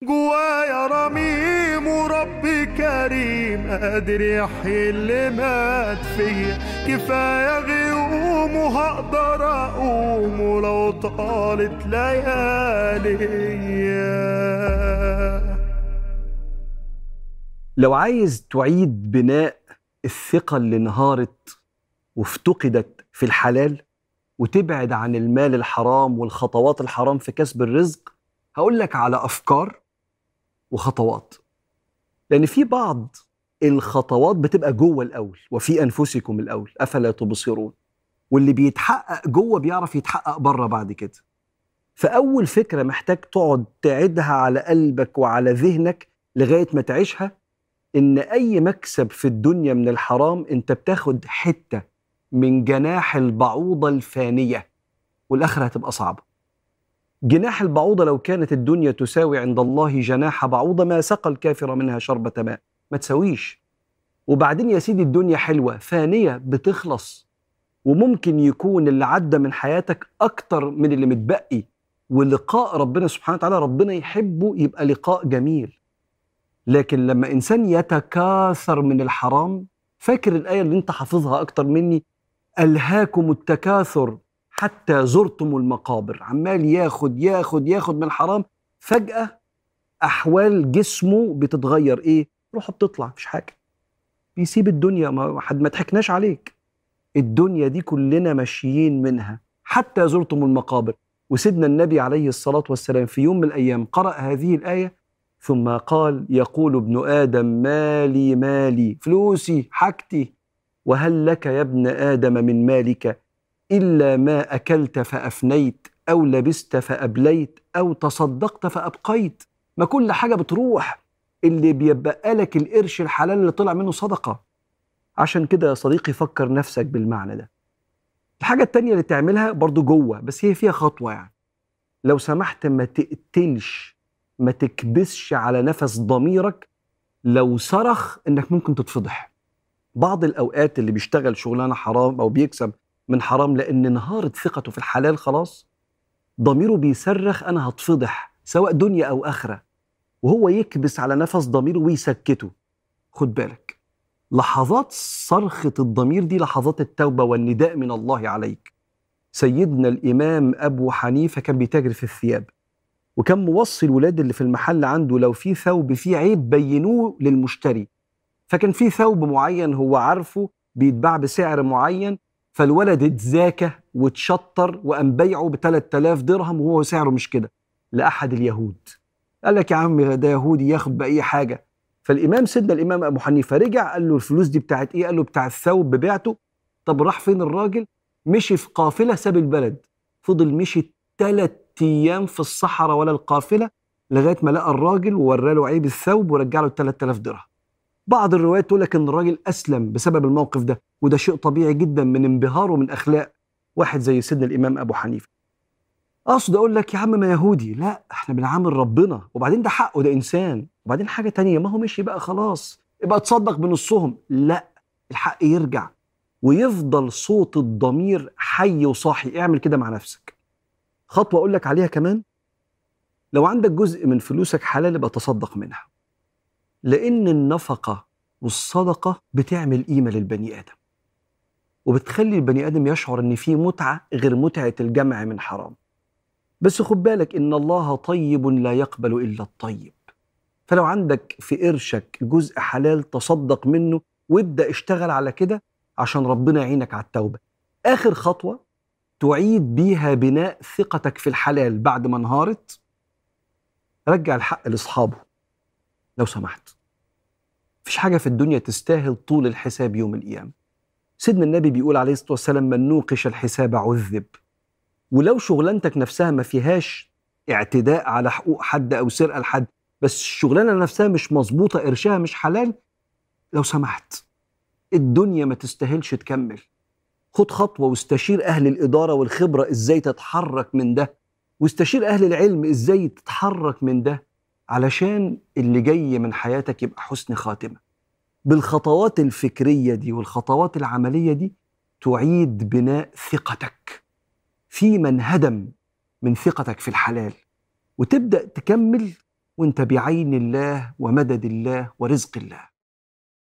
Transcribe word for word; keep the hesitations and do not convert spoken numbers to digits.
جوايا رميم وربي كريم قادر يحيي اللي مات فيا. كفاية غيوم وهقدر أقوم ولو طالت لياليا. لو عايز تعيد بناء الثقة اللي انهارت وافتقدت في الحلال وتبعد عن المال الحرام والخطوات الحرام في كسب الرزق، هقول لك على أفكار وخطوات. لأن في بعض الخطوات بتبقى جوه الأول، وفي أنفسكم الأول أفلا تبصرون، واللي بيتحقق جوه بيعرف يتحقق بره بعد كده. فأول فكرة محتاج تقعد تعيدها على قلبك وعلى ذهنك لغاية ما تعيشها، إن أي مكسب في الدنيا من الحرام أنت بتاخد حتة من جناح البعوضة الفانية، والآخرة هتبقى صعبة. جناح البعوضة لو كانت الدنيا تساوي عند الله جناح بعوضة ما سقى الكافر منها شربة ماء، ما تساويش. وبعدين يا سيدي الدنيا حلوة فانية بتخلص، وممكن يكون اللي عدى من حياتك أكتر من اللي متبقي، ولقاء ربنا سبحانه وتعالى ربنا يحبه يبقى لقاء جميل. لكن لما إنسان يتكاثر من الحرام، فاكر الآية اللي انت حافظها أكتر مني، ألهاكم التكاثر حتى زرتم المقابر، عمال ياخد ياخد ياخد من الحرام، فجأة أحوال جسمه بتتغير. إيه؟ روحه بتطلع، مفيش حاجة، بيسيب الدنيا. ما حد ما تحكناش عليك، الدنيا دي كلنا ماشيين منها حتى زرتم المقابر. وسيدنا النبي عليه الصلاة والسلام في يوم من الأيام قرأ هذه الآية ثم قال: يقول ابن آدم مالي مالي، فلوسي حاجتي، وهل لك يا ابن آدم من مالك إلا ما أكلت فأفنيت أو لبست فأبليت أو تصدقت فأبقيت. ما كل حاجة بتروح، اللي بيبقى لك القرش الحلال اللي طلع منه صدقة. عشان كده يا صديقي فكر نفسك بالمعنى ده. الحاجة التانية اللي تعملها برضو جوه، بس هي فيها خطوة، يعني لو سمحت ما تقتلش، ما تكبسش على نفس ضميرك لو صرخ إنك ممكن تتفضح. بعض الأوقات اللي بيشتغل شغلانة حرام أو بيكسب من حرام لأن انهارت ثقته في الحلال، خلاص ضميره بيصرخ أنا هتفضح سواء دنيا أو آخرة، وهو يكبس على نفس ضميره ويسكته. خد بالك، لحظات صرخة الضمير دي لحظات التوبة والنداء من الله عليك. سيدنا الإمام أبو حنيفة كان بيتاجر في الثياب، وكان موصي الولاد اللي في المحل عنده لو في ثوب فيه عيب بينوه للمشتري. فكان في ثوب معين هو عارفه بيتباع بسعر معين، فالولد اتذاكى واتشطر وقام بيعه ب ثلاثة آلاف درهم وهو سعره مش كده لأحد اليهود. قال لك يا عم ده يهودي ياخد بأي حاجة. فالإمام سيدنا الإمام أبو حنيفة رجع قال له الفلوس دي بتاعت إيه؟ قال له بتاع الثوب بعته. طب راح فين الراجل؟ مشي في قافلة ساب البلد، فضل مشي ثلاث أيام في الصحراء ولا القافلة لغاية ما لقى الراجل ووراله عيب الثوب ورجع له ثلاثة آلاف درهم. بعض الروايات تقول لك ان الراجل اسلم بسبب الموقف ده، وده شيء طبيعي جدا من انبهاره من اخلاق واحد زي سيدنا الامام ابو حنيفه. اقصد اقول لك يا عم ما يهودي، لا احنا بنعامل ربنا، وبعدين ده حقه، ده انسان. وبعدين حاجه تانية، ما هو مشي بقى خلاص يبقى تصدق بنصهم، لا الحق يرجع ويفضل صوت الضمير حي وصاحي. اعمل كده مع نفسك. خطوه اقول لك عليها كمان، لو عندك جزء من فلوسك حلال يبقى تصدق منها، لأن النفقة والصدقة بتعمل قيمة للبني آدم، وبتخلي البني آدم يشعر إن فيه متعة غير متعة الجمع من حرام. بس خد بالك إن الله طيب لا يقبل إلا الطيب. فلو عندك في قرشك جزء حلال تصدق منه، وابدأ اشتغل على كده عشان ربنا يعينك على التوبة. آخر خطوة تعيد بيها بناء ثقتك في الحلال بعد ما انهارت، رجع الحق لأصحابه لو سمحت. مفيش حاجة في الدنيا تستاهل طول الحساب يوم القيامة. سيدنا النبي بيقول عليه الصلاة والسلام من نوقش الحساب عذب. ولو شغلانتك نفسها ما فيهاش اعتداء على حقوق حد أو سرقة لحد، بس الشغلانة نفسها مش مظبوطة، قرشها مش حلال، لو سمحت الدنيا ما تستاهلش تكمل. خد خطوة واستشير أهل الإدارة والخبرة إزاي تتحرك من ده، واستشير أهل العلم إزاي تتحرك من ده، علشان اللي جاي من حياتك يبقى حسن خاتمة. بالخطوات الفكرية دي والخطوات العملية دي تعيد بناء ثقتك في من هدم من ثقتك في الحلال، وتبدأ تكمل وانت بعين الله ومدد الله ورزق الله.